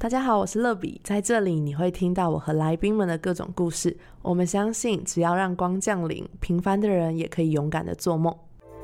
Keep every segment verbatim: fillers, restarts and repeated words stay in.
大家好，我是乐比，在这里你会听到我和来宾们的各种故事。我们相信，只要让光降临，平凡的人也可以勇敢的做梦。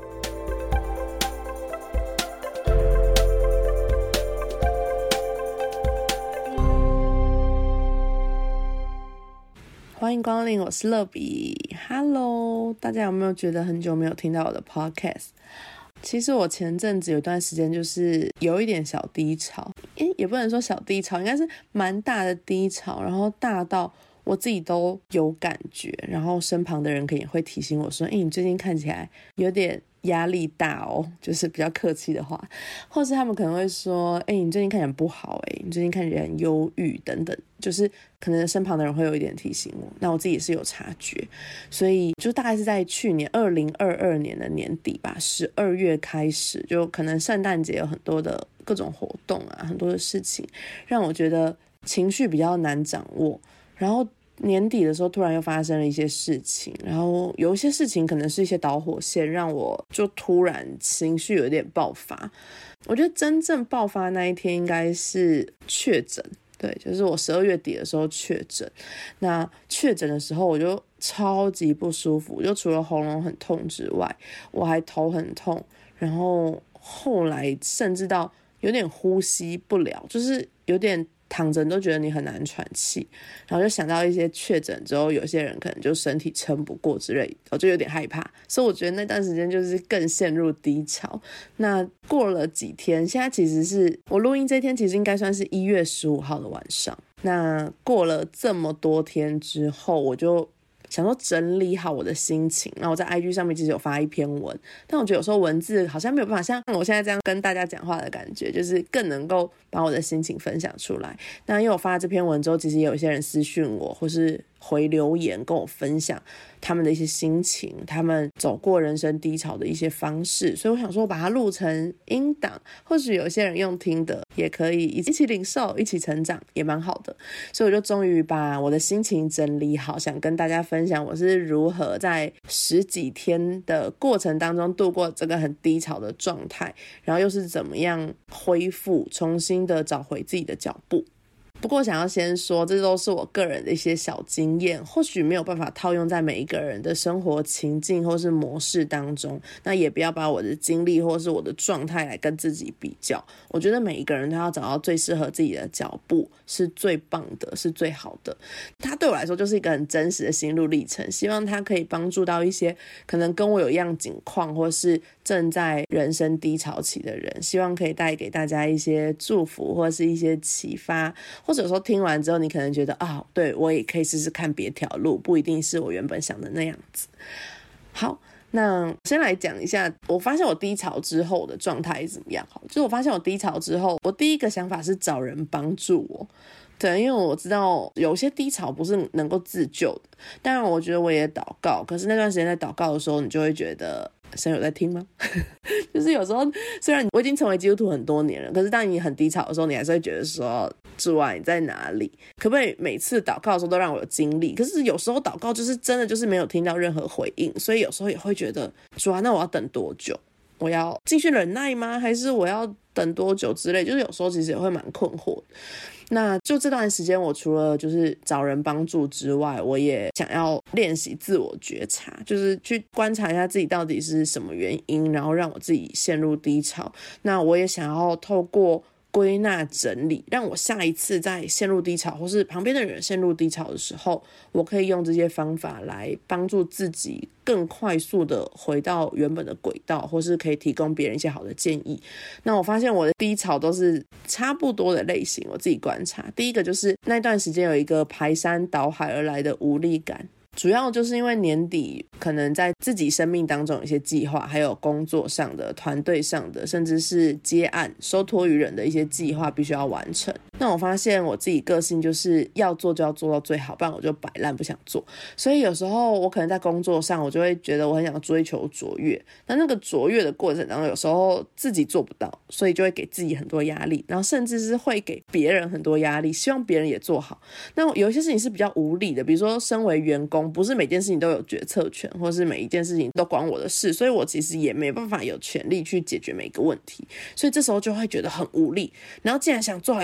欢迎光临，我是乐比。Hello， 大家有没有觉得很久没有听到我的 podcast？其实我前阵子有段时间就是有一点小低潮，也不能说小低潮，应该是蛮大的低潮，然后大到我自己都有感觉，然后身旁的人可能会提醒我说，诶，你最近看起来有点压力大哦，就是比较客气的话，或是他们可能会说，诶，你最近看起来不好，诶，你最近看起来很忧郁等等，就是可能身旁的人会有一点提醒我，那我自己也是有察觉，所以就大概是在去年二零二二年的年底吧，十二月开始，就可能圣诞节有很多的各种活动啊，很多的事情让我觉得情绪比较难掌握，然后年底的时候突然又发生了一些事情，然后有一些事情可能是一些导火线，让我就突然情绪有点爆发。我觉得真正爆发那一天应该是确诊，对，就是我十二月底的时候确诊。那确诊的时候我就超级不舒服，就除了喉咙很痛之外，我还头很痛，然后后来甚至到有点呼吸不了，就是有点躺着你都觉得你很难喘气，然后就想到一些确诊之后有些人可能就身体撑不过之类的，我就有点害怕，所以我觉得那段时间就是更陷入低潮。那过了几天，现在其实是我录音这天其实应该算是一月十五号的晚上，那过了这么多天之后，我就想说整理好我的心情，然后我在 I G 上面其实有发一篇文，但我觉得有时候文字好像没有办法像我现在这样跟大家讲话的感觉，就是更能够把我的心情分享出来。那因为我发了这篇文之后，其实也有一些人私讯我或是回留言跟我分享他们的一些心情，他们走过人生低潮的一些方式，所以我想说我把它录成音档，或许有些人用听的也可以一起领受，一起成长，也蛮好的。所以我就终于把我的心情整理好，想跟大家分享我是如何在十几天的过程当中度过这个很低潮的状态，然后又是怎么样恢复，重新的找回自己的脚步。不过想要先说，这都是我个人的一些小经验，或许没有办法套用在每一个人的生活情境或是模式当中，那也不要把我的经历或是我的状态来跟自己比较。我觉得每一个人都要找到最适合自己的脚步，是最棒的，是最好的。它对我来说就是一个很真实的心路历程，希望它可以帮助到一些可能跟我有一样境况或是正在人生低潮期的人，希望可以带给大家一些祝福或是一些启发，或者说听完之后你可能觉得啊，对，我也可以试试看别条路，不一定是我原本想的那样子。好，那先来讲一下我发现我低潮之后的状态怎么样。好，就是我发现我低潮之后，我第一个想法是找人帮助我。对，因为我知道有些低潮不是能够自救的，当然我觉得我也祷告，可是那段时间在祷告的时候，你就会觉得神有在听吗？就是有时候虽然我已经成为基督徒很多年了，可是当你很低潮的时候，你还是会觉得说，主啊，你在哪里？可不可以每次祷告的时候都让我有经历？可是有时候祷告就是真的就是没有听到任何回应，所以有时候也会觉得，主啊，那我要等多久？我要继续忍耐吗？还是我要等多久之类？就是有时候其实也会蛮困惑的。那就这段时间，我除了就是找人帮助之外，我也想要练习自我觉察，就是去观察一下自己到底是什么原因，然后让我自己陷入低潮。那我也想要透过归纳整理，让我下一次在陷入低潮或是旁边的人陷入低潮的时候，我可以用这些方法来帮助自己更快速的回到原本的轨道，或是可以提供别人一些好的建议。那我发现我的低潮都是差不多的类型，我自己观察，第一个就是那段时间有一个排山倒海而来的无力感，主要就是因为年底可能在自己生命当中有一些计划，还有工作上的、团队上的，甚至是接案收托于人的一些计划必须要完成。那我发现我自己个性就是要做就要做到最好，不然我就摆烂不想做。所以有时候我可能在工作上，我就会觉得我很想追求卓越，那那个卓越的过程当中，有时候自己做不到，所以就会给自己很多压力，然后甚至是会给别人很多压力，希望别人也做好。那有一些事情是比较无理的，比如说身为员工，不是每件事情都有决策权，或是每一件事情都管我的事，所以我其实也没办法有权利去解决每一个问题，所以这时候就会觉得很无力。然后既然想做好要无力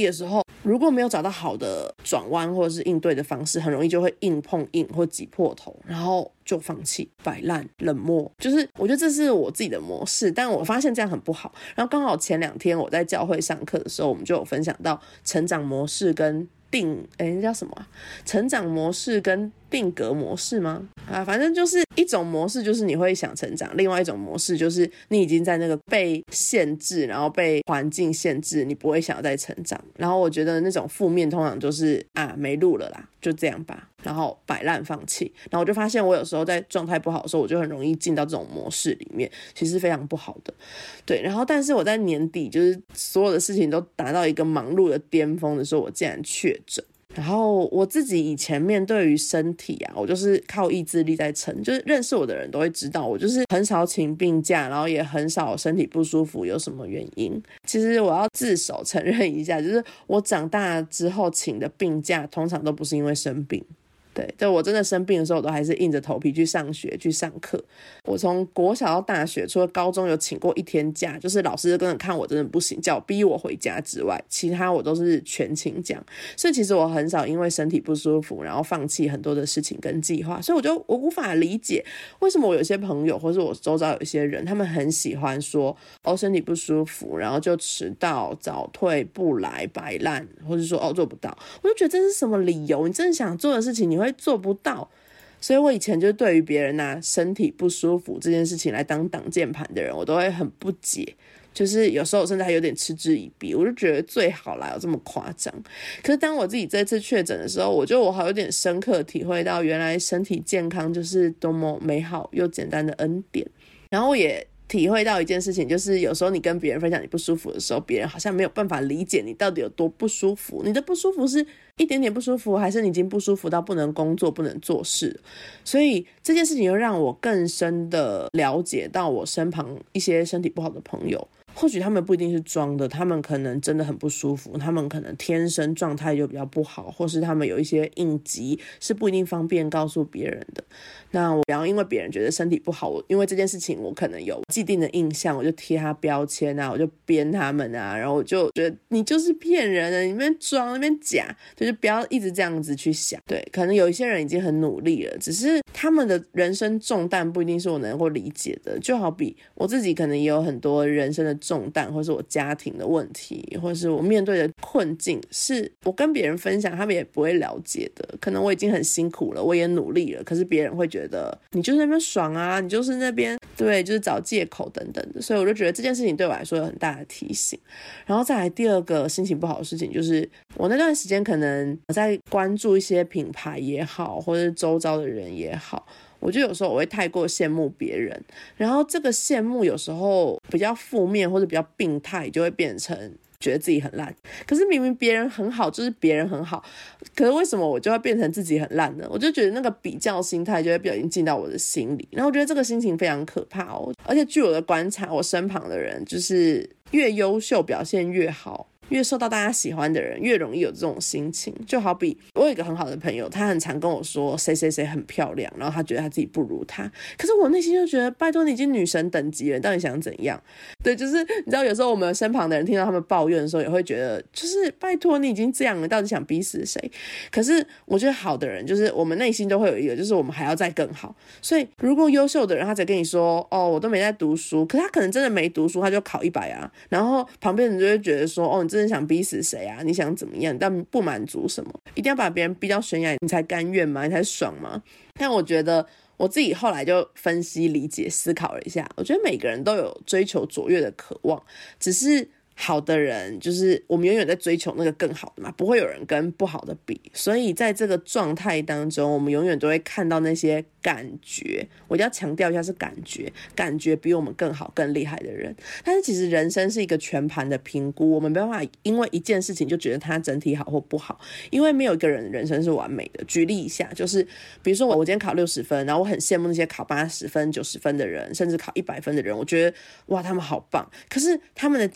力的时候，如果没有找到好的转弯或者是应对的方式，很容易就会硬碰硬或挤破头，然后就放弃、摆烂、冷漠。就是我觉得这是我自己的模式，但我发现这样很不好。然后刚好前两天我在教会上课的时候，我们就有分享到成长模式跟定诶那叫什么啊？成长模式跟定格模式吗？啊，反正就是一种模式就是你会想成长，另外一种模式就是你已经在那个被限制，然后被环境限制，你不会想要再成长。然后我觉得那种负面通常就是啊没路了啦，就这样吧，然后摆烂放弃。然后我就发现我有时候在状态不好的时候，我就很容易进到这种模式里面，其实非常不好的。对，然后但是我在年底就是所有的事情都达到一个忙碌的巅峰的时候，我竟然确诊。然后我自己以前面对于身体啊，我就是靠意志力在撑，就是认识我的人都会知道我就是很少请病假，然后也很少身体不舒服有什么原因。其实我要自首承认一下，就是我长大之后请的病假通常都不是因为生病。对，就我真的生病的时候，我都还是硬着头皮去上学去上课。我从国小到大学，除了高中有请过一天假，就是老师跟着看我真的不行，叫我逼我回家之外，其他我都是全勤奖。所以其实我很少因为身体不舒服，然后放弃很多的事情跟计划。所以我就我无法理解为什么我有些朋友或是我周遭有一些人，他们很喜欢说哦身体不舒服，然后就迟到、早退、不来、摆烂，或者说哦做不到。我就觉得这是什么理由？你真的想做的事情，你会会做不到。所以我以前就对于别人拿身体不舒服这件事情来当挡箭牌的人，我都会很不解，就是有时候甚至还有点嗤之以鼻。我就觉得最好啦有这么夸张。可是当我自己这次确诊的时候，我觉得我还有点深刻体会到原来身体健康就是多么美好又简单的恩典。然后我也体会到一件事情，就是有时候你跟别人分享你不舒服的时候，别人好像没有办法理解你到底有多不舒服。你的不舒服是一点点不舒服，还是你已经不舒服到不能工作不能做事？所以这件事情又让我更深的了解到我身旁一些身体不好的朋友，或许他们不一定是装的，他们可能真的很不舒服，他们可能天生状态就比较不好，或是他们有一些应急是不一定方便告诉别人的。那我不要因为别人觉得身体不好，我因为这件事情我可能有既定的印象，我就贴他标签啊，我就编他们啊，然后我就觉得你就是骗人的，你那边装那边假，就是不要一直这样子去想。对，可能有一些人已经很努力了，只是他们的人生重担不一定是我能够理解的。就好比我自己可能也有很多人生的重担，或是我家庭的问题，或是我面对的困境，是我跟别人分享他们也不会了解的。可能我已经很辛苦了，我也努力了，可是别人会觉得你就是那边爽啊，你就是那边对，就是找借口等等的。所以我就觉得这件事情对我来说有很大的提醒。然后再来第二个心情不好的事情，就是我那段时间可能在关注一些品牌也好，或者周遭的人也好，我觉得有时候我会太过羡慕别人，然后这个羡慕有时候比较负面或者比较病态，就会变成觉得自己很烂。可是明明别人很好，就是别人很好，可是为什么我就会变成自己很烂呢？我就觉得那个比较心态就会不小心进到我的心里，然后我觉得这个心情非常可怕哦。而且据我的观察，我身旁的人就是越优秀表现越好，越受到大家喜欢的人越容易有这种心情。就好比我有一个很好的朋友，他很常跟我说谁谁谁很漂亮，然后他觉得他自己不如他，可是我内心就觉得拜托你已经女神等级了，你到底想怎样？对，就是你知道有时候我们身旁的人听到他们抱怨的时候，也会觉得就是拜托你已经这样了，到底想逼死谁？可是我觉得好的人就是我们内心都会有一个，就是我们还要再更好。所以如果优秀的人他才跟你说哦我都没在读书，可是他可能真的没读书，他就考一百啊，然后旁边人就会觉得说哦你真的想逼死谁啊？你想怎么样？但不满足什么？一定要把别人逼到悬崖你才甘愿吗？你才爽吗？但我觉得我自己后来就分析理解思考了一下，我觉得每个人都有追求卓越的渴望，只是好的人就是我们永远在追求那个更好的嘛，不会有人跟不好的比。所以在这个状态当中，我们永远都会看到那些感觉，我一定要强调一下是感觉，感觉比我们更好更厉害的人。但是其实人生是一个全盘的评估，我们没办法因为一件事情就觉得它整体好或不好，因为没有一个人人生是完美的。举例一下，就是比如说我今天考六十分，然后我很羡慕那些考八十分九十分的人，甚至考一百分的人，我觉得哇他们好棒，可是他们的家庭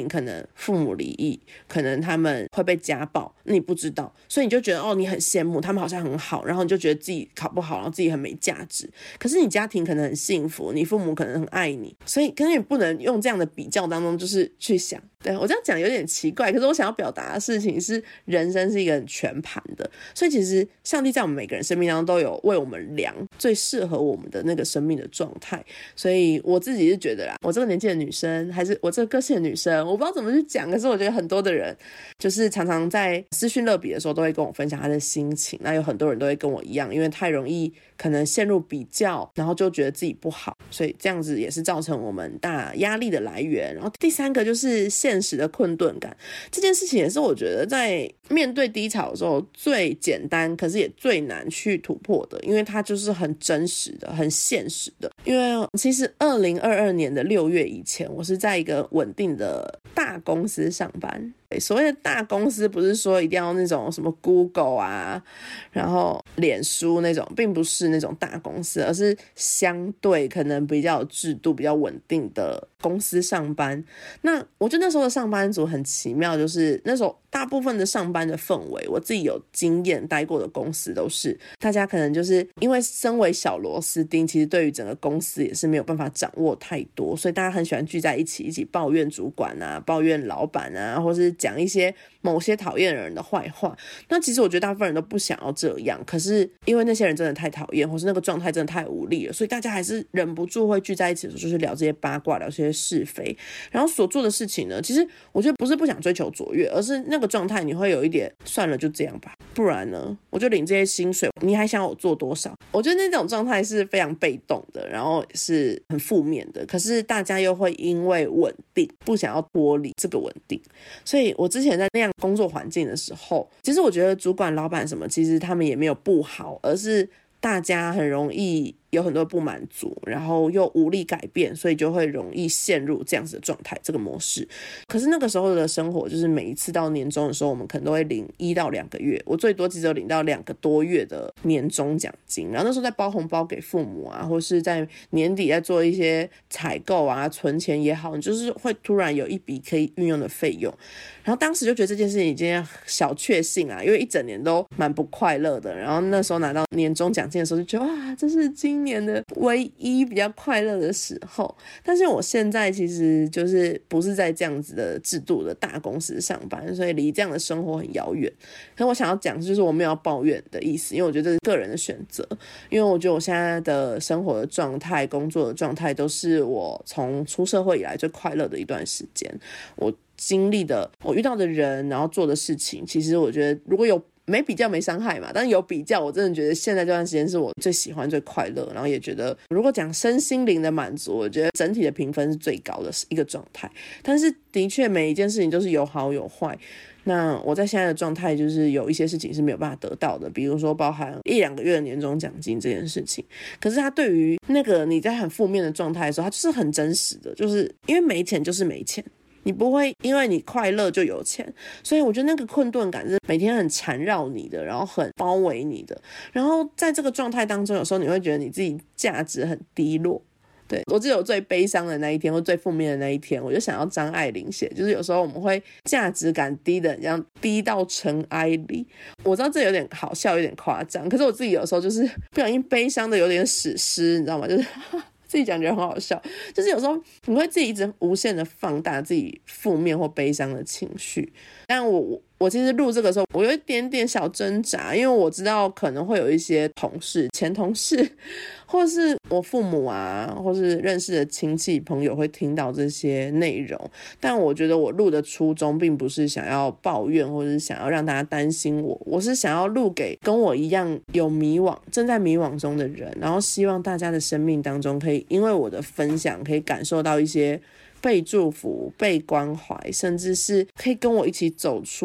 可能父母离异，可能他们会被家暴，你不知道，所以你就觉得哦，你很羡慕他们好像很好，然后你就觉得自己考不好，然后自己很没价值。可是你家庭可能很幸福，你父母可能很爱你，所以可是你不能用这样的比较当中就是去想。对，我这样讲有点奇怪，可是我想要表达的事情是人生是一个很全盘的，所以其实上帝在我们每个人生命当中都有为我们量最适合我们的那个生命的状态。所以我自己是觉得啦，我这个年纪的女生，还是我这个个性的女生，我不知道怎么去讲，可是我觉得很多的人就是常常在私讯乐比的时候都会跟我分享他的心情，那有很多人都会跟我一样，因为太容易可能陷入比较，然后就觉得自己不好，所以这样子也是造成我们大压力的来源。然后第三个就是现实的困顿感，这件事情也是我觉得在面对低潮的时候最简单，可是也最难去突破的，因为它就是很真实的，很现实的。因为其实二零二二年的六月以前，我是在一个稳定的大公司上班。所谓的大公司不是说一定要那种什么 Google 啊，然后脸书那种，并不是那种大公司，而是相对可能比较有制度、比较稳定的公司上班。那我觉得那时候的上班族很奇妙，就是那时候大部分的上班的氛围，我自己有经验待过的公司都是大家可能就是因为身为小螺丝钉，其实对于整个公司也是没有办法掌握太多，所以大家很喜欢聚在一起一起抱怨主管啊，抱怨老板啊，或是讲一些某些讨厌的人的坏话。那其实我觉得大部分人都不想要这样，可是因为那些人真的太讨厌，或是那个状态真的太无力了，所以大家还是忍不住会聚在一起的时候就是聊这些八卦，聊这些是非。然后所做的事情呢，其实我觉得不是不想追求卓越，而是那个状态你会有一点算了就这样吧，不然呢我就领这些薪水，你还想我做多少？我觉得那种状态是非常被动的，然后是很负面的，可是大家又会因为稳定不想要脱离这个稳定。所以我之前在那样工作环境的时候，其实我觉得主管老板什么其实他们也没有不好，而是大家很容易有很多不满足，然后又无力改变，所以就会容易陷入这样子的状态，这个模式。可是那个时候的生活就是每一次到年终的时候，我们可能都会领一到两个月，我最多其实有领到两个多月的年终奖金。然后那时候在包红包给父母啊，或是在年底在做一些采购啊，存钱也好，你就是会突然有一笔可以运用的费用。然后当时就觉得这件事情已经小确幸啊，因为一整年都蛮不快乐的。然后那时候拿到年终奖金的时候就觉得哇，这是今年的唯一比较快乐的时候。但是我现在其实就是不是在这样子的制度的大公司上班，所以离这样的生活很遥远。可是我想要讲就是我没有要抱怨的意思，因为我觉得这是个人的选择。因为我觉得我现在的生活的状态、工作的状态都是我从出社会以来最快乐的一段时间。我经历的，我遇到的人，然后做的事情，其实我觉得如果有没比较没伤害嘛，但是有比较，我真的觉得现在这段时间是我最喜欢最快乐，然后也觉得如果讲身心灵的满足，我觉得整体的评分是最高的一个状态。但是的确每一件事情都是有好有坏，那我在现在的状态就是有一些事情是没有办法得到的，比如说包含一两个月的年终奖金这件事情。可是它对于那个你在很负面的状态的时候，它就是很真实的，就是因为没钱就是没钱，你不会因为你快乐就有钱。所以我觉得那个困顿感是每天很缠绕你的，然后很包围你的。然后在这个状态当中，有时候你会觉得你自己价值很低落。对，我记得我最悲伤的那一天或最负面的那一天，我就想要张爱玲写，就是有时候我们会价值感低的这样低到尘埃里。我知道这有点好笑有点夸张，可是我自己有时候就是不小心悲伤的有点史诗，你知道吗？就是自己讲觉得很好笑，就是有时候你会自己一直无限的放大自己负面或悲伤的情绪。但我我其实录这个时候我有一点点小挣扎，因为我知道可能会有一些同事前同事或是我父母啊，或是认识的亲戚朋友会听到这些内容。但我觉得我录的初衷并不是想要抱怨或是想要让大家担心我，我是想要录给跟我一样有迷惘正在迷惘中的人，然后希望大家的生命当中可以因为我的分享可以感受到一些被祝福被关怀，甚至是可以跟我一起走出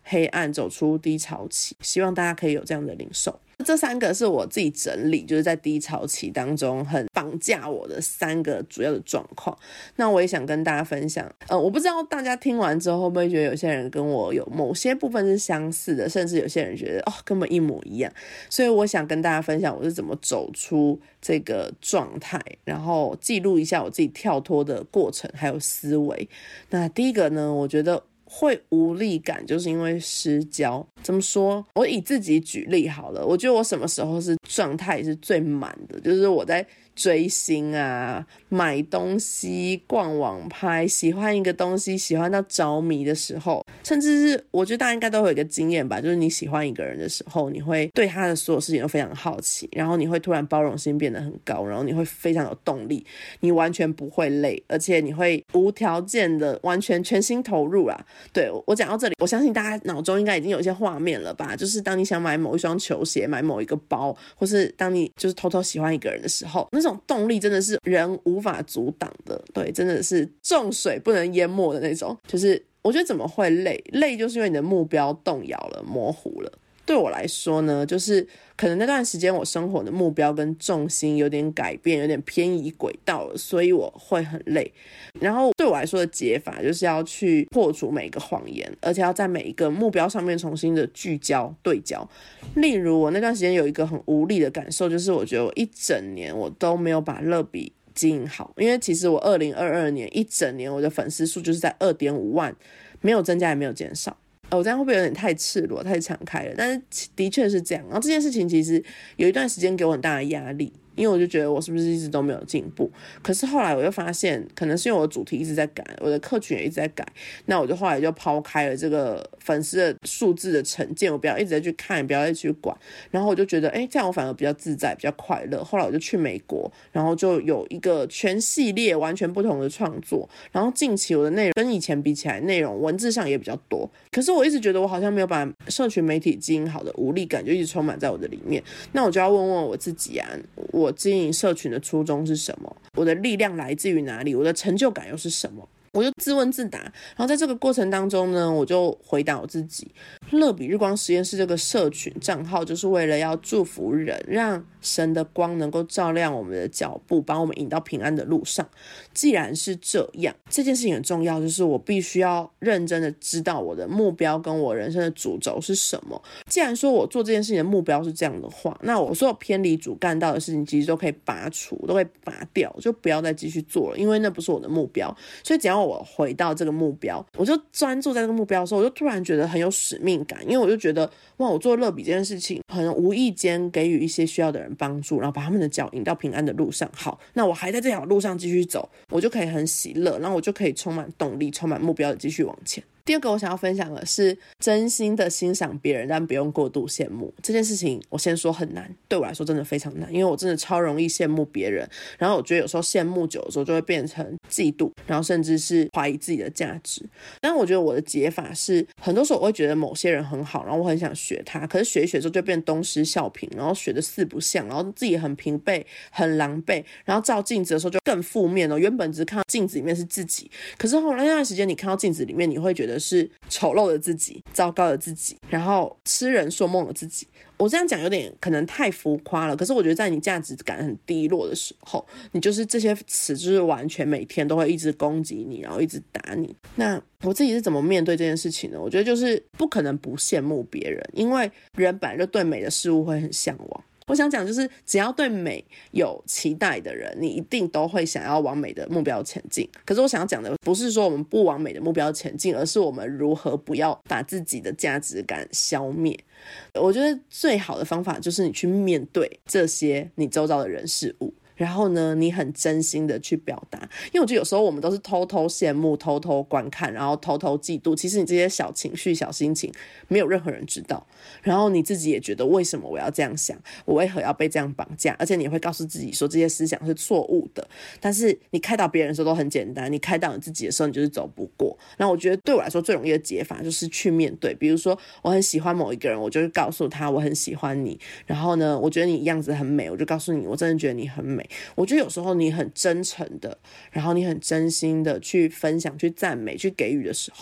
黑暗，走出低潮期，希望大家可以有这样的领受。这三个是我自己整理，就是在低潮期当中很绑架我的三个主要的状况。那我也想跟大家分享，呃，我不知道大家听完之后会不会觉得有些人跟我有某些部分是相似的，甚至有些人觉得哦根本一模一样。所以我想跟大家分享我是怎么走出这个状态，然后记录一下我自己跳脱的过程还有思维。那第一个呢，我觉得会无力感就是因为失焦。怎么说？我以自己举例好了，我觉得我什么时候是状态是最满的，就是我在追星啊，买东西，逛网拍，喜欢一个东西喜欢到着迷的时候，甚至是我觉得大家应该都会有一个经验吧，就是你喜欢一个人的时候，你会对他的所有事情都非常好奇，然后你会突然包容心变得很高，然后你会非常有动力，你完全不会累，而且你会无条件的完全全心投入啦。对，我讲到这里，我相信大家脑中应该已经有一些画面了吧，就是当你想买某一双球鞋，买某一个包，或是当你就是偷偷喜欢一个人的时候，那种动力真的是人无法阻挡的。对，真的是重水不能淹没的那种。就是我觉得怎么会累？累就是因为你的目标动摇了，模糊了。对我来说呢，就是可能那段时间我生活的目标跟重心有点改变，有点偏移轨道了，所以我会很累。然后对我来说的解法就是要去破除每一个谎言，而且要在每一个目标上面重新的聚焦对焦。例如我那段时间有一个很无力的感受，就是我觉得我一整年我都没有把乐比经营好，因为其实我二零二二年一整年我的粉丝数就是在 二点五万，没有增加也没有减少。我、哦、这样会不会有点太赤裸太敞开了？但是的确是这样。然后这件事情其实有一段时间给我很大的压力，因为我就觉得我是不是一直都没有进步。可是后来我又发现可能是因为我的主题一直在改，我的客群也一直在改，那我就后来就抛开了这个粉丝的数字的成见，我不要一直在去看，不要再去管，然后我就觉得哎，这样我反而比较自在比较快乐。后来我就去美国，然后就有一个全系列完全不同的创作，然后近期我的内容跟以前比起来，内容文字上也比较多，可是我一直觉得我好像没有把社群媒体经营好的无力感就一直充满在我的里面。那我就要问问我自己啊，我经营社群的初衷是什么？我的力量来自于哪里？我的成就感又是什么？我就自问自答，然后在这个过程当中呢，我就回答我自己，乐比日光实验室这个社群账号就是为了要祝福人，让神的光能够照亮我们的脚步，把我们引到平安的路上。既然是这样，这件事情很重要，就是我必须要认真的知道我的目标跟我人生的主轴是什么。既然说我做这件事情的目标是这样的话，那我所有偏离主干道的事情其实都可以拔除，都可以拔掉，就不要再继续做了，因为那不是我的目标。所以只要我回到这个目标，我就专注在这个目标的时候，我就突然觉得很有使命感，因为我就觉得哇，我做乐比这件事情很无意间给予一些需要的人帮助，然后把他们的脚引到平安的路上。好，那我还在这条路上继续走，我就可以很喜乐，然后我就可以充满动力，充满目标的继续往前。第二个我想要分享的是真心的欣赏别人，但不用过度羡慕。这件事情我先说很难，对我来说真的非常难，因为我真的超容易羡慕别人，然后我觉得有时候羡慕久的时候就会变成嫉妒，然后甚至是怀疑自己的价值。但我觉得我的解法是，很多时候我会觉得某些人很好，然后我很想学他，可是学一学之后就变东施效颦，然后学的四不像，然后自己很疲惫很狼狈，然后照镜子的时候就更负面了。原本只看到镜子里面是自己，可是后来那段时间你看到镜子里面，你会觉得是丑陋的自己，糟糕的自己，然后痴人说梦的自己。我这样讲有点可能太浮夸了，可是我觉得在你价值感很低落的时候，你就是这些词就是完全每天都会一直攻击你，然后一直打你。那我自己是怎么面对这件事情呢？我觉得就是不可能不羡慕别人，因为人本来就对美的事物会很向往。我想讲就是只要对美有期待的人，你一定都会想要往美的目标前进。可是我想要讲的不是说我们不往美的目标前进，而是我们如何不要把自己的价值感消灭。我觉得最好的方法就是你去面对这些你周遭的人事物，然后呢你很真心的去表达。因为我觉得有时候我们都是偷偷羡慕，偷偷观看，然后偷偷嫉妒，其实你这些小情绪小心情没有任何人知道，然后你自己也觉得为什么我要这样想，我为何要被这样绑架，而且你会告诉自己说这些思想是错误的。但是你开导别人的时候都很简单，你开导你自己的时候你就是走不过。那我觉得对我来说最容易的解法就是去面对。比如说我很喜欢某一个人，我就会告诉他我很喜欢你，然后呢我觉得你样子很美，我就告诉你我真的觉得你很美。我觉得有时候你很真诚的，然后你很真心的去分享去赞美去给予的时候，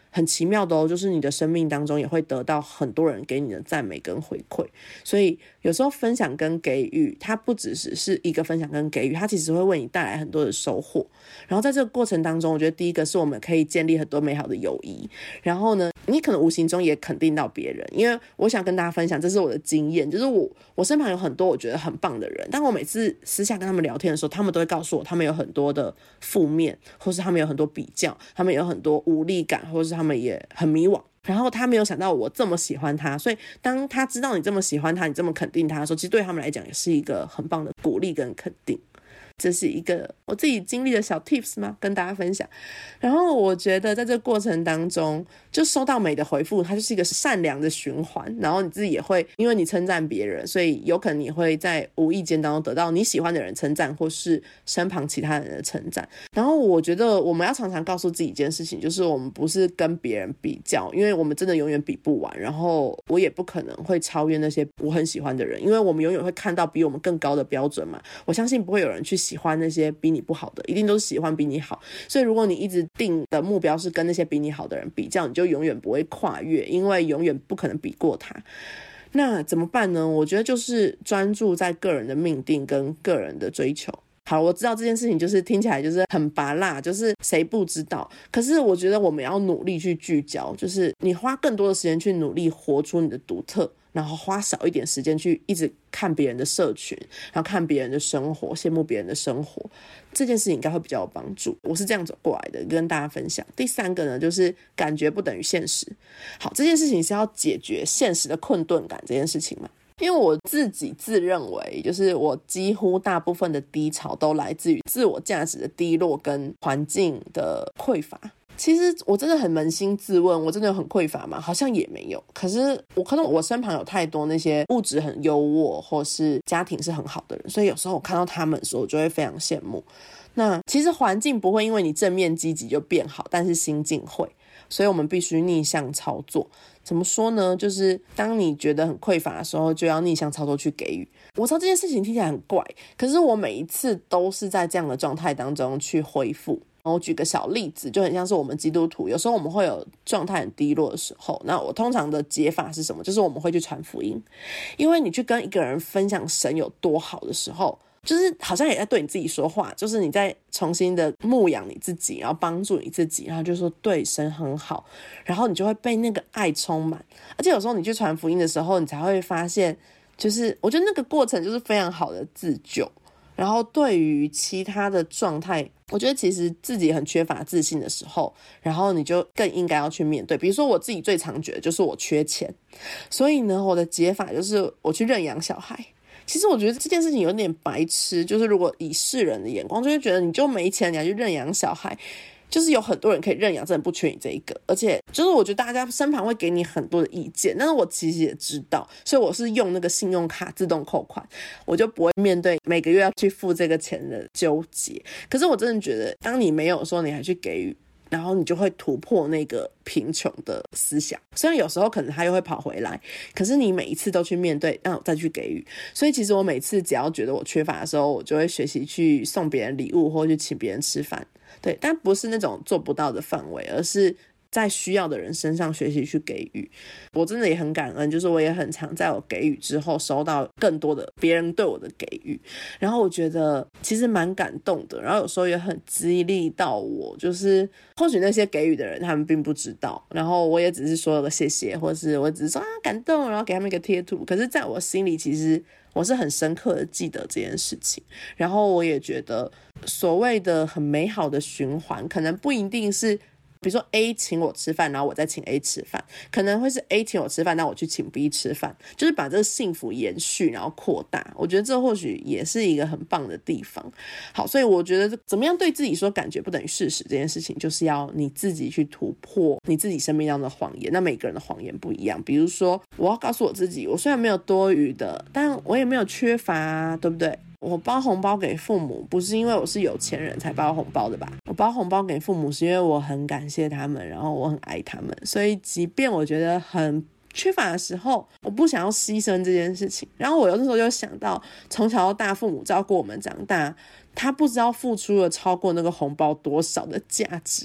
很奇妙的哦，就是你的生命当中也会得到很多人给你的赞美跟回馈。所以有时候分享跟给予，它不只是是一个分享跟给予，它其实会为你带来很多的收获。然后在这个过程当中，我觉得第一个是我们可以建立很多美好的友谊，然后呢你可能无形中也肯定到别人。因为我想跟大家分享，这是我的经验，就是我我身旁有很多我觉得很棒的人，但我每次私下跟他们聊天的时候，他们都会告诉我他们有很多的负面，或是他们有很多比较，他们有很多无力感，或是他们也很迷惘。然后他没有想到我这么喜欢他，所以当他知道你这么喜欢他，你这么肯定他的时候，其实对他们来讲也是一个很棒的鼓励跟肯定。这是一个我自己经历的小 tips 吗？跟大家分享。然后我觉得在这个过程当中，就收到美的回复，它就是一个善良的循环。然后你自己也会因为你称赞别人，所以有可能你会在无意间当中得到你喜欢的人称赞，或是身旁其他人的称赞。然后我觉得我们要常常告诉自己一件事情，就是我们不是跟别人比较，因为我们真的永远比不完。然后我也不可能会超越那些我很喜欢的人，因为我们永远会看到比我们更高的标准嘛。我相信不会有人去喜欢那些比你不好的，一定都是喜欢比你好。所以如果你一直定的目标是跟那些比你好的人比较，你就永远不会跨越，因为永远不可能比过他。那怎么办呢？我觉得就是专注在个人的命定跟个人的追求。好，我知道这件事情就是听起来就是很拔辣，就是谁不知道，可是我觉得我们要努力去聚焦，就是你花更多的时间去努力活出你的独特，然后花少一点时间去一直看别人的社群，然后看别人的生活，羡慕别人的生活，这件事情应该会比较有帮助。我是这样走过来的，跟大家分享。第三个呢，就是感觉不等于现实。好，这件事情是要解决现实的困顿感这件事情嘛。因为我自己自认为，就是我几乎大部分的低潮都来自于自我价值的低落跟环境的匮乏。其实我真的很扪心自问，我真的有很匮乏吗？好像也没有。可是我可能我身旁有太多那些物质很优渥或是家庭是很好的人，所以有时候我看到他们的时候，我就会非常羡慕。那其实环境不会因为你正面积极就变好，但是心境会，所以我们必须逆向操作。怎么说呢？就是当你觉得很匮乏的时候，就要逆向操作去给予。我知道这件事情听起来很怪，可是我每一次都是在这样的状态当中去恢复。我举个小例子，就很像是我们基督徒，有时候我们会有状态很低落的时候，那我通常的解法是什么？就是我们会去传福音。因为你去跟一个人分享神有多好的时候，就是好像也在对你自己说话，就是你在重新的牧养你自己，然后帮助你自己，然后就说对，神很好，然后你就会被那个爱充满。而且有时候你去传福音的时候，你才会发现，就是我觉得那个过程就是非常好的自救。然后对于其他的状态，我觉得其实自己很缺乏自信的时候，然后你就更应该要去面对。比如说我自己最常觉得就是我缺钱，所以呢我的解法就是我去认养小孩。其实我觉得这件事情有点白痴，就是如果以世人的眼光，就会觉得你就没钱，你要去认养小孩，就是有很多人可以认养，真的不缺你这一个。而且就是我觉得大家身旁会给你很多的意见，但是我其实也知道，所以我是用那个信用卡自动扣款，我就不会面对每个月要去付这个钱的纠结。可是我真的觉得当你没有的时候，你还去给予，然后你就会突破那个贫穷的思想。虽然有时候可能他又会跑回来，可是你每一次都去面对，然后再去给予。所以其实我每次只要觉得我缺乏的时候，我就会学习去送别人礼物，或去请别人吃饭。对，但不是那种做不到的范围，而是在需要的人身上学习去给予。我真的也很感恩，就是我也很常在我给予之后收到更多的别人对我的给予，然后我觉得其实蛮感动的，然后有时候也很激励到我。就是或许那些给予的人他们并不知道，然后我也只是说了个谢谢，或是我只是说啊感动，然后给他们一个贴图，可是在我心里其实我是很深刻的记得这件事情。然后我也觉得所谓的很美好的循环，可能不一定是比如说 A 请我吃饭，然后我再请 A 吃饭，可能会是 A 请我吃饭，那我去请 B 吃饭，就是把这个幸福延续然后扩大。我觉得这或许也是一个很棒的地方。好，所以我觉得怎么样对自己说感觉不等于事实这件事情，就是要你自己去突破你自己生命当中的谎言。那每个人的谎言不一样，比如说我要告诉我自己，我虽然没有多余的，但我也没有缺乏啊，对不对？我包红包给父母不是因为我是有钱人才包红包的吧，我包红包给父母是因为我很感谢他们，然后我很爱他们，所以即便我觉得很缺乏的时候，我不想要牺牲这件事情。然后我有的时候就想到从小到大父母照顾我们长大，他不知道付出了超过那个红包多少的价值，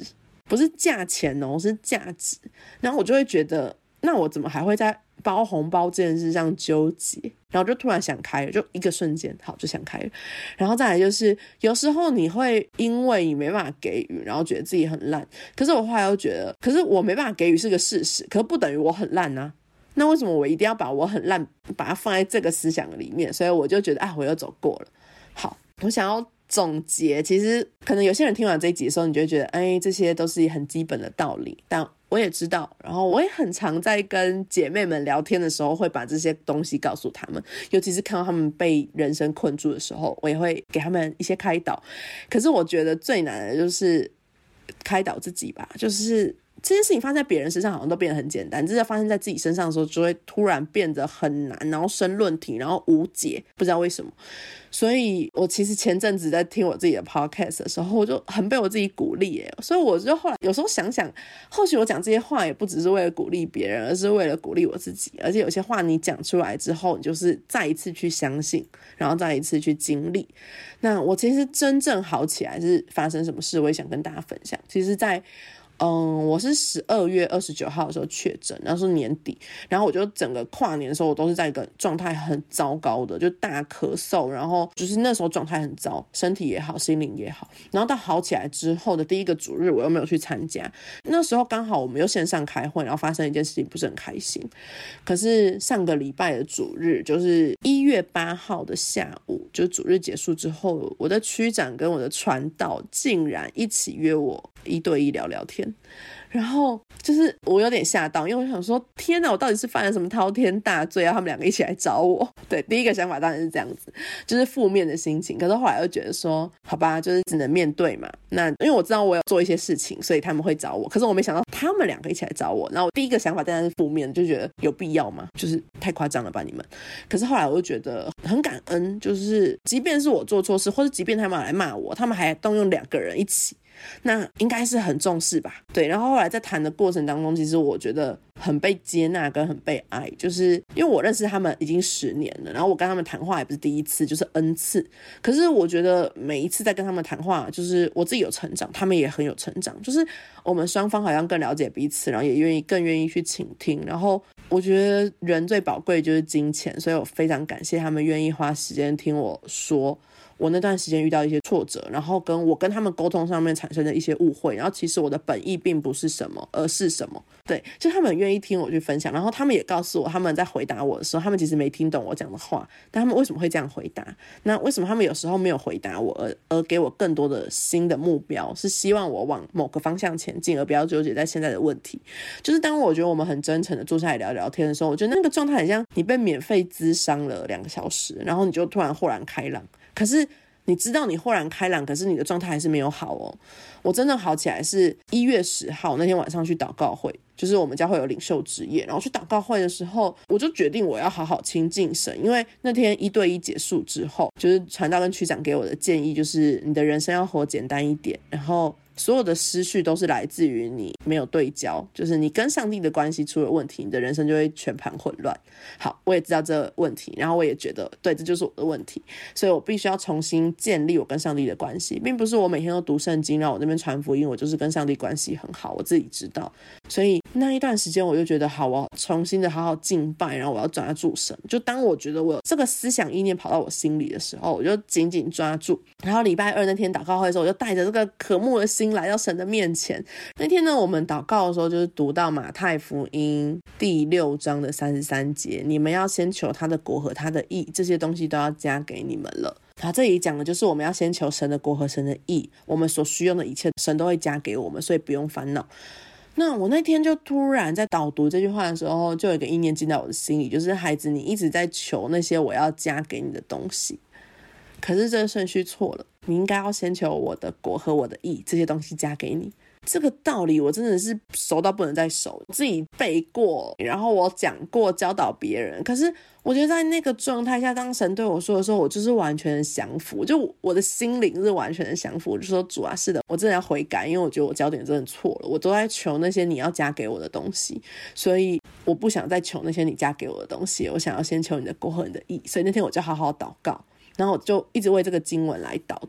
不是价钱哦，是价值。然后我就会觉得，那我怎么还会在包红包这件事上纠结？然后就突然想开了，就一个瞬间，好就想开了。然后再来就是，有时候你会因为你没办法给予，然后觉得自己很烂。可是我后来又觉得，可是我没办法给予是个事实，可是不等于我很烂啊。那为什么我一定要把我很烂把它放在这个思想里面？所以我就觉得啊，我又走过了。好，我想要总结，其实可能有些人听完这一集的时候，你就会觉得哎，这些都是很基本的道理，但我也知道，然后我也很常在跟姐妹们聊天的时候会把这些东西告诉他们，尤其是看到他们被人生困住的时候，我也会给他们一些开导。可是我觉得最难的就是开导自己吧，就是这件事情发生在别人身上好像都变得很简单，这是发生在自己身上的时候就会突然变得很难，然后申论题，然后无解，不知道为什么。所以我其实前阵子在听我自己的 podcast 的时候，我就很被我自己鼓励耶。所以我就后来有时候想想，或许我讲这些话也不只是为了鼓励别人，而是为了鼓励我自己。而且有些话你讲出来之后，你就是再一次去相信，然后再一次去经历。那我其实真正好起来是发生什么事，我也想跟大家分享。其实在嗯，我是十二月二十九号的时候确诊，然后是年底，然后我就整个跨年的时候，我都是在一个状态很糟糕的，就大咳嗽，然后就是那时候状态很糟，身体也好，心灵也好。然后到好起来之后的第一个主日，我又没有去参加，那时候刚好我们又线上开会，然后发生一件事情，不是很开心。可是上个礼拜的主日，就是一月八号的下午，就主日结束之后，我的区长跟我的传道竟然一起约我一对一聊聊天。然后就是我有点吓到，因为我想说天哪，我到底是犯了什么滔天大罪啊？他们两个一起来找我。对，第一个想法当然是这样子，就是负面的心情。可是后来又觉得说好吧，就是只能面对嘛。那因为我知道我有做一些事情，所以他们会找我，可是我没想到他们两个一起来找我。然后我第一个想法当然是负面，就觉得有必要吗？就是太夸张了吧你们。可是后来我就觉得很感恩，就是即便是我做错事，或是即便他们来骂我，他们还动用两个人一起，那应该是很重视吧。对，然后后来在谈的过程当中，其实我觉得很被接纳跟很被爱，就是因为我认识他们已经十年了，然后我跟他们谈话也不是第一次，就是 N 次。可是我觉得每一次在跟他们谈话，就是我自己有成长，他们也很有成长，就是我们双方好像更了解彼此，然后也愿意更愿意去倾听。然后我觉得人最宝贵就是金钱，所以我非常感谢他们愿意花时间听我说我那段时间遇到一些挫折，然后跟我跟他们沟通上面产生的一些误会，然后其实我的本意并不是什么，而是什么。对，就他们很愿意听我去分享，然后他们也告诉我，他们在回答我的时候，他们其实没听懂我讲的话，但他们为什么会这样回答？那为什么他们有时候没有回答我，而而给我更多的新的目标，是希望我往某个方向前进，而不要纠结在现在的问题。就是当我觉得我们很真诚的坐下来聊聊天的时候，我觉得那个状态很像你被免费咨商了两个小时，然后你就突然豁然开朗。可是你知道你豁然开朗，可是你的状态还是没有好哦。我真的好起来是一月十号那天晚上去祷告会，就是我们教会有领袖之夜，然后去祷告会的时候，我就决定我要好好亲近神。因为那天一对一结束之后，就是传道跟区长给我的建议，就是你的人生要活简单一点，然后所有的思绪都是来自于你没有对焦，就是你跟上帝的关系出了问题，你的人生就会全盘混乱。好，我也知道这个问题，然后我也觉得对，这就是我的问题，所以我必须要重新建立我跟上帝的关系，并不是我每天都读圣经，让我这边传福音，我就是跟上帝关系很好，我自己知道。所以那一段时间我就觉得好，我要重新的好好敬拜，然后我要抓住神。就当我觉得我有这个思想意念跑到我心里的时候，我就紧紧抓住。然后礼拜二那天祷告会的时候，我就带着这个渴慕的心来到神的面前。那天呢，我们祷告的时候就是读到马太福音第六章的三十三节，你们要先求他的国和他的义，这些东西都要加给你们了。然后这里讲的就是我们要先求神的国和神的义，我们所需要的一切神都会加给我们，所以不用烦恼。那我那天就突然在导读这句话的时候，就有一个意念进到我的心里，就是孩子，你一直在求那些我要加给你的东西，可是这个顺序错了，你应该要先求我的国和我的义，这些东西加给你。这个道理我真的是熟到不能再熟，自己背过，然后我讲过，教导别人。可是我觉得在那个状态下，当神对我说的时候，我就是完全的降服，就我的心灵是完全的降服。我就说主啊，是的，我真的要悔改，因为我觉得我焦点真的错了，我都在求那些你要加给我的东西，所以我不想再求那些你加给我的东西，我想要先求你的国和你的义。所以那天我就好好祷告，然后我就一直为这个经文来导读。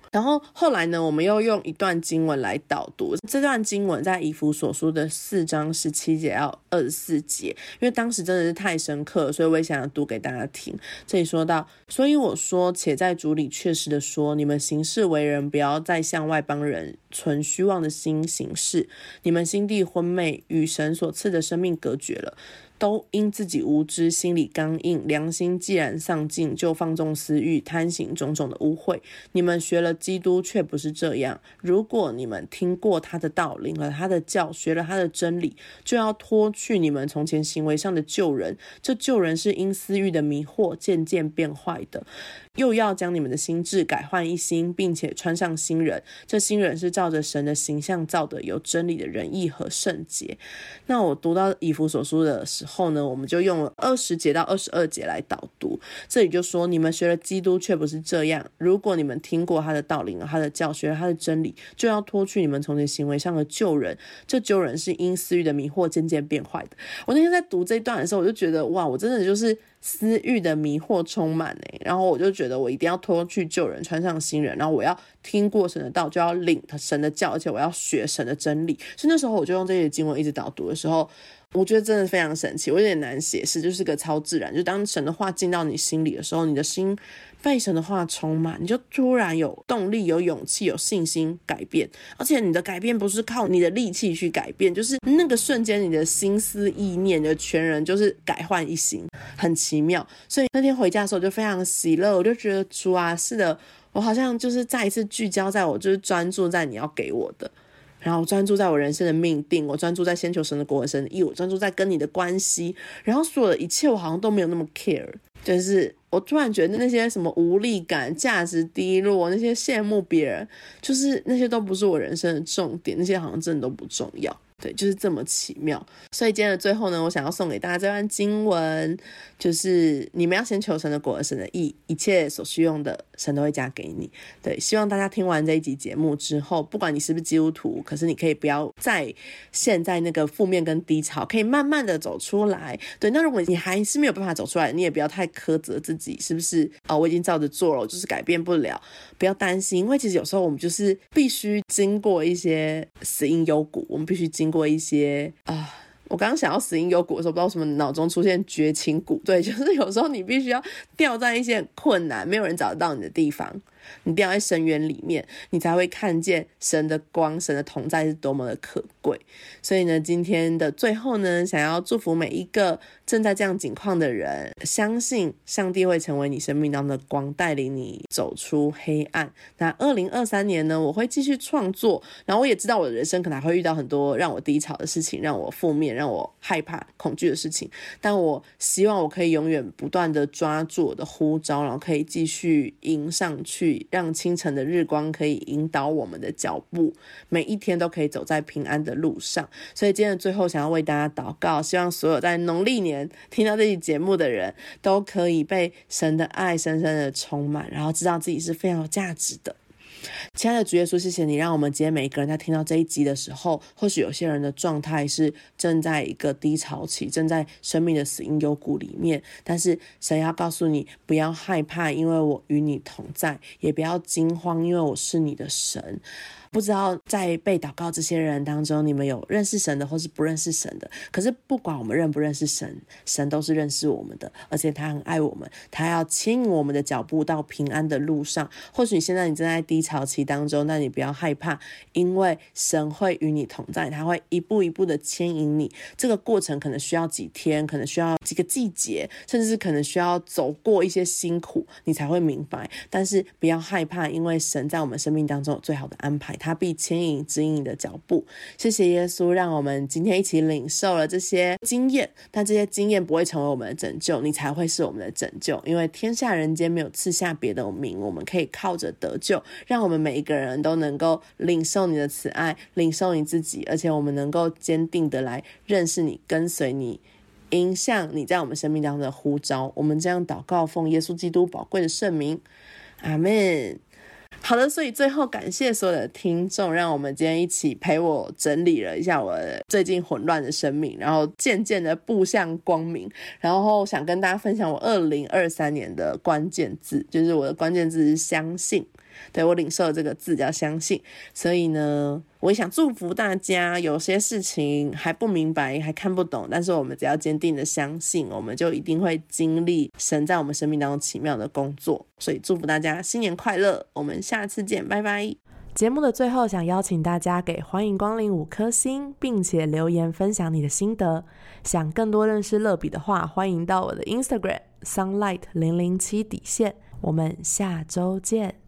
然后后来呢，我们又用一段经文来导读。这段经文在以弗所书的四章十七节到二十四节，因为当时真的是太深刻了，所以我也想要读给大家听。这里说到，所以我说，且在主里确实的说，你们行事为人，不要再向外邦人存虚妄的心行事，你们心地昏昧，与神所赐的生命隔绝了，都因自己无知，心里刚硬，良心既然丧尽，就放纵私欲，贪行种种的污秽。你们学了基督，却不是这样。如果你们听过他的道，领了他的教，学了他的真理，就要脱去你们从前行为上的旧人。这旧人是因私欲的迷惑渐渐变坏的，又要将你们的心志改换一新，并且穿上新人。这新人是照着神的形象造的，有真理的仁义和圣洁。那我读到以弗所书的时候呢，我们就用了二十节到二十二节来导读。这里就说，你们学了基督，却不是这样。如果你们听过他的道，领了他的教，学了他的真理，就要脱去你们从前行为上的旧人。这旧人是因私欲的迷惑渐渐变坏的。我那天在读这一段的时候，我就觉得哇，我真的就是私欲的迷惑充满欸，然后我就觉得我一定要脱去旧人，穿上新人，然后我要听过神的道，就要领神的教，而且我要学神的真理。所以那时候我就用这些经文一直导读的时候，我觉得真的非常神奇，我有点难解释，就是个超自然。就当神的话进到你心里的时候，你的心被神的话充满，你就突然有动力、有勇气、有信心改变。而且你的改变不是靠你的力气去改变，就是那个瞬间你的心思意念的全人就是改换一新，很奇妙。所以那天回家的时候就非常喜乐，我就觉得主啊，是的，我好像就是再一次聚焦在我就是专注在你要给我的，然后专注在我人生的命定，我专注在先求神的国和神的义，我专注在跟你的关系，然后所有的一切我好像都没有那么 care。 就是我突然觉得那些什么无力感、价值低落，那些羡慕别人，就是那些都不是我人生的重点，那些好像真的都不重要。对，就是这么奇妙。所以今天的最后呢，我想要送给大家这段经文，就是你们要先求神的国和神的义，一切所需用的神都会加给你。对，希望大家听完这一集节目之后，不管你是不是基督徒，可是你可以不要再陷在那个负面跟低潮，可以慢慢的走出来。对，那如果你还是没有办法走出来，你也不要太苛责自己，是不是哦，我已经照着做了，我就是改变不了。不要担心，因为其实有时候我们就是必须经过一些死荫幽谷，我们必须经过一些啊，我刚刚想要死荫幽谷的时候，不知道为什么脑中出现绝情谷。对，就是有时候你必须要掉在一些很困难、没有人找得到你的地方，你掉在深渊里面，你才会看见神的光、神的同在是多么的可贵。所以呢，今天的最后呢，想要祝福每一个正在这样境况的人，相信上帝会成为你生命当中的光，带领你走出黑暗。那二零二三年呢，我会继续创作，然后我也知道我的人生可能还会遇到很多让我低潮的事情，让我负面、让我害怕、恐惧的事情，但我希望我可以永远不断的抓住我的呼召，然后可以继续迎上去，让清晨的日光可以引导我们的脚步，每一天都可以走在平安的路上。所以今天的最后想要为大家祷告，希望所有在农历年听到这期节目的人都可以被神的爱深深的充满，然后知道自己是非常有价值的。亲爱的主耶稣，谢谢你让我们今天每一个人在听到这一集的时候，或许有些人的状态是正在一个低潮期，正在生命的死荫幽谷里面，但是神要告诉你，不要害怕，因为我与你同在，也不要惊慌，因为我是你的神。不知道在被祷告这些人当中，你们有认识神的或是不认识神的，可是不管我们认不认识神，神都是认识我们的，而且他很爱我们，他要牵引我们的脚步到平安的路上。或许现在你正在低潮期当中，那你不要害怕，因为神会与你同在，他会一步一步的牵引你。这个过程可能需要几天，可能需要几个季节，甚至是可能需要走过一些辛苦，你才会明白。但是不要害怕，因为神在我们生命当中有最好的安排，他必牵引指引你的脚步。谢谢耶稣，让我们今天一起领受了这些经验，但这些经验不会成为我们的拯救，你才会是我们的拯救。因为天下人间没有赐下别的名，我们可以靠着得救。让我们每一个人都能够领受你的慈爱，领受你自己，而且我们能够坚定的来认识你，跟随你，迎向你在我们生命当中的呼召。我们这样祷告，奉耶稣基督宝贵的圣名，阿们。好的，所以最后感谢所有的听众，让我们今天一起陪我整理了一下我最近混乱的生命，然后渐渐的步向光明。然后想跟大家分享我二零二三年的关键字，就是我的关键字是相信。 对，我领受了这个字叫相信，所以呢我也想祝福大家，有些事情还不明白还看不懂，但是我们只要坚定的相信，我们就一定会经历神在我们生命当中奇妙的工作。所以祝福大家新年快乐，我们下次见，拜拜。节目的最后，想邀请大家给欢迎光临五颗星，并且留言分享你的心得。想更多认识乐比的话，欢迎到我的 Instagram sunlight 零零七底线。我们下周见。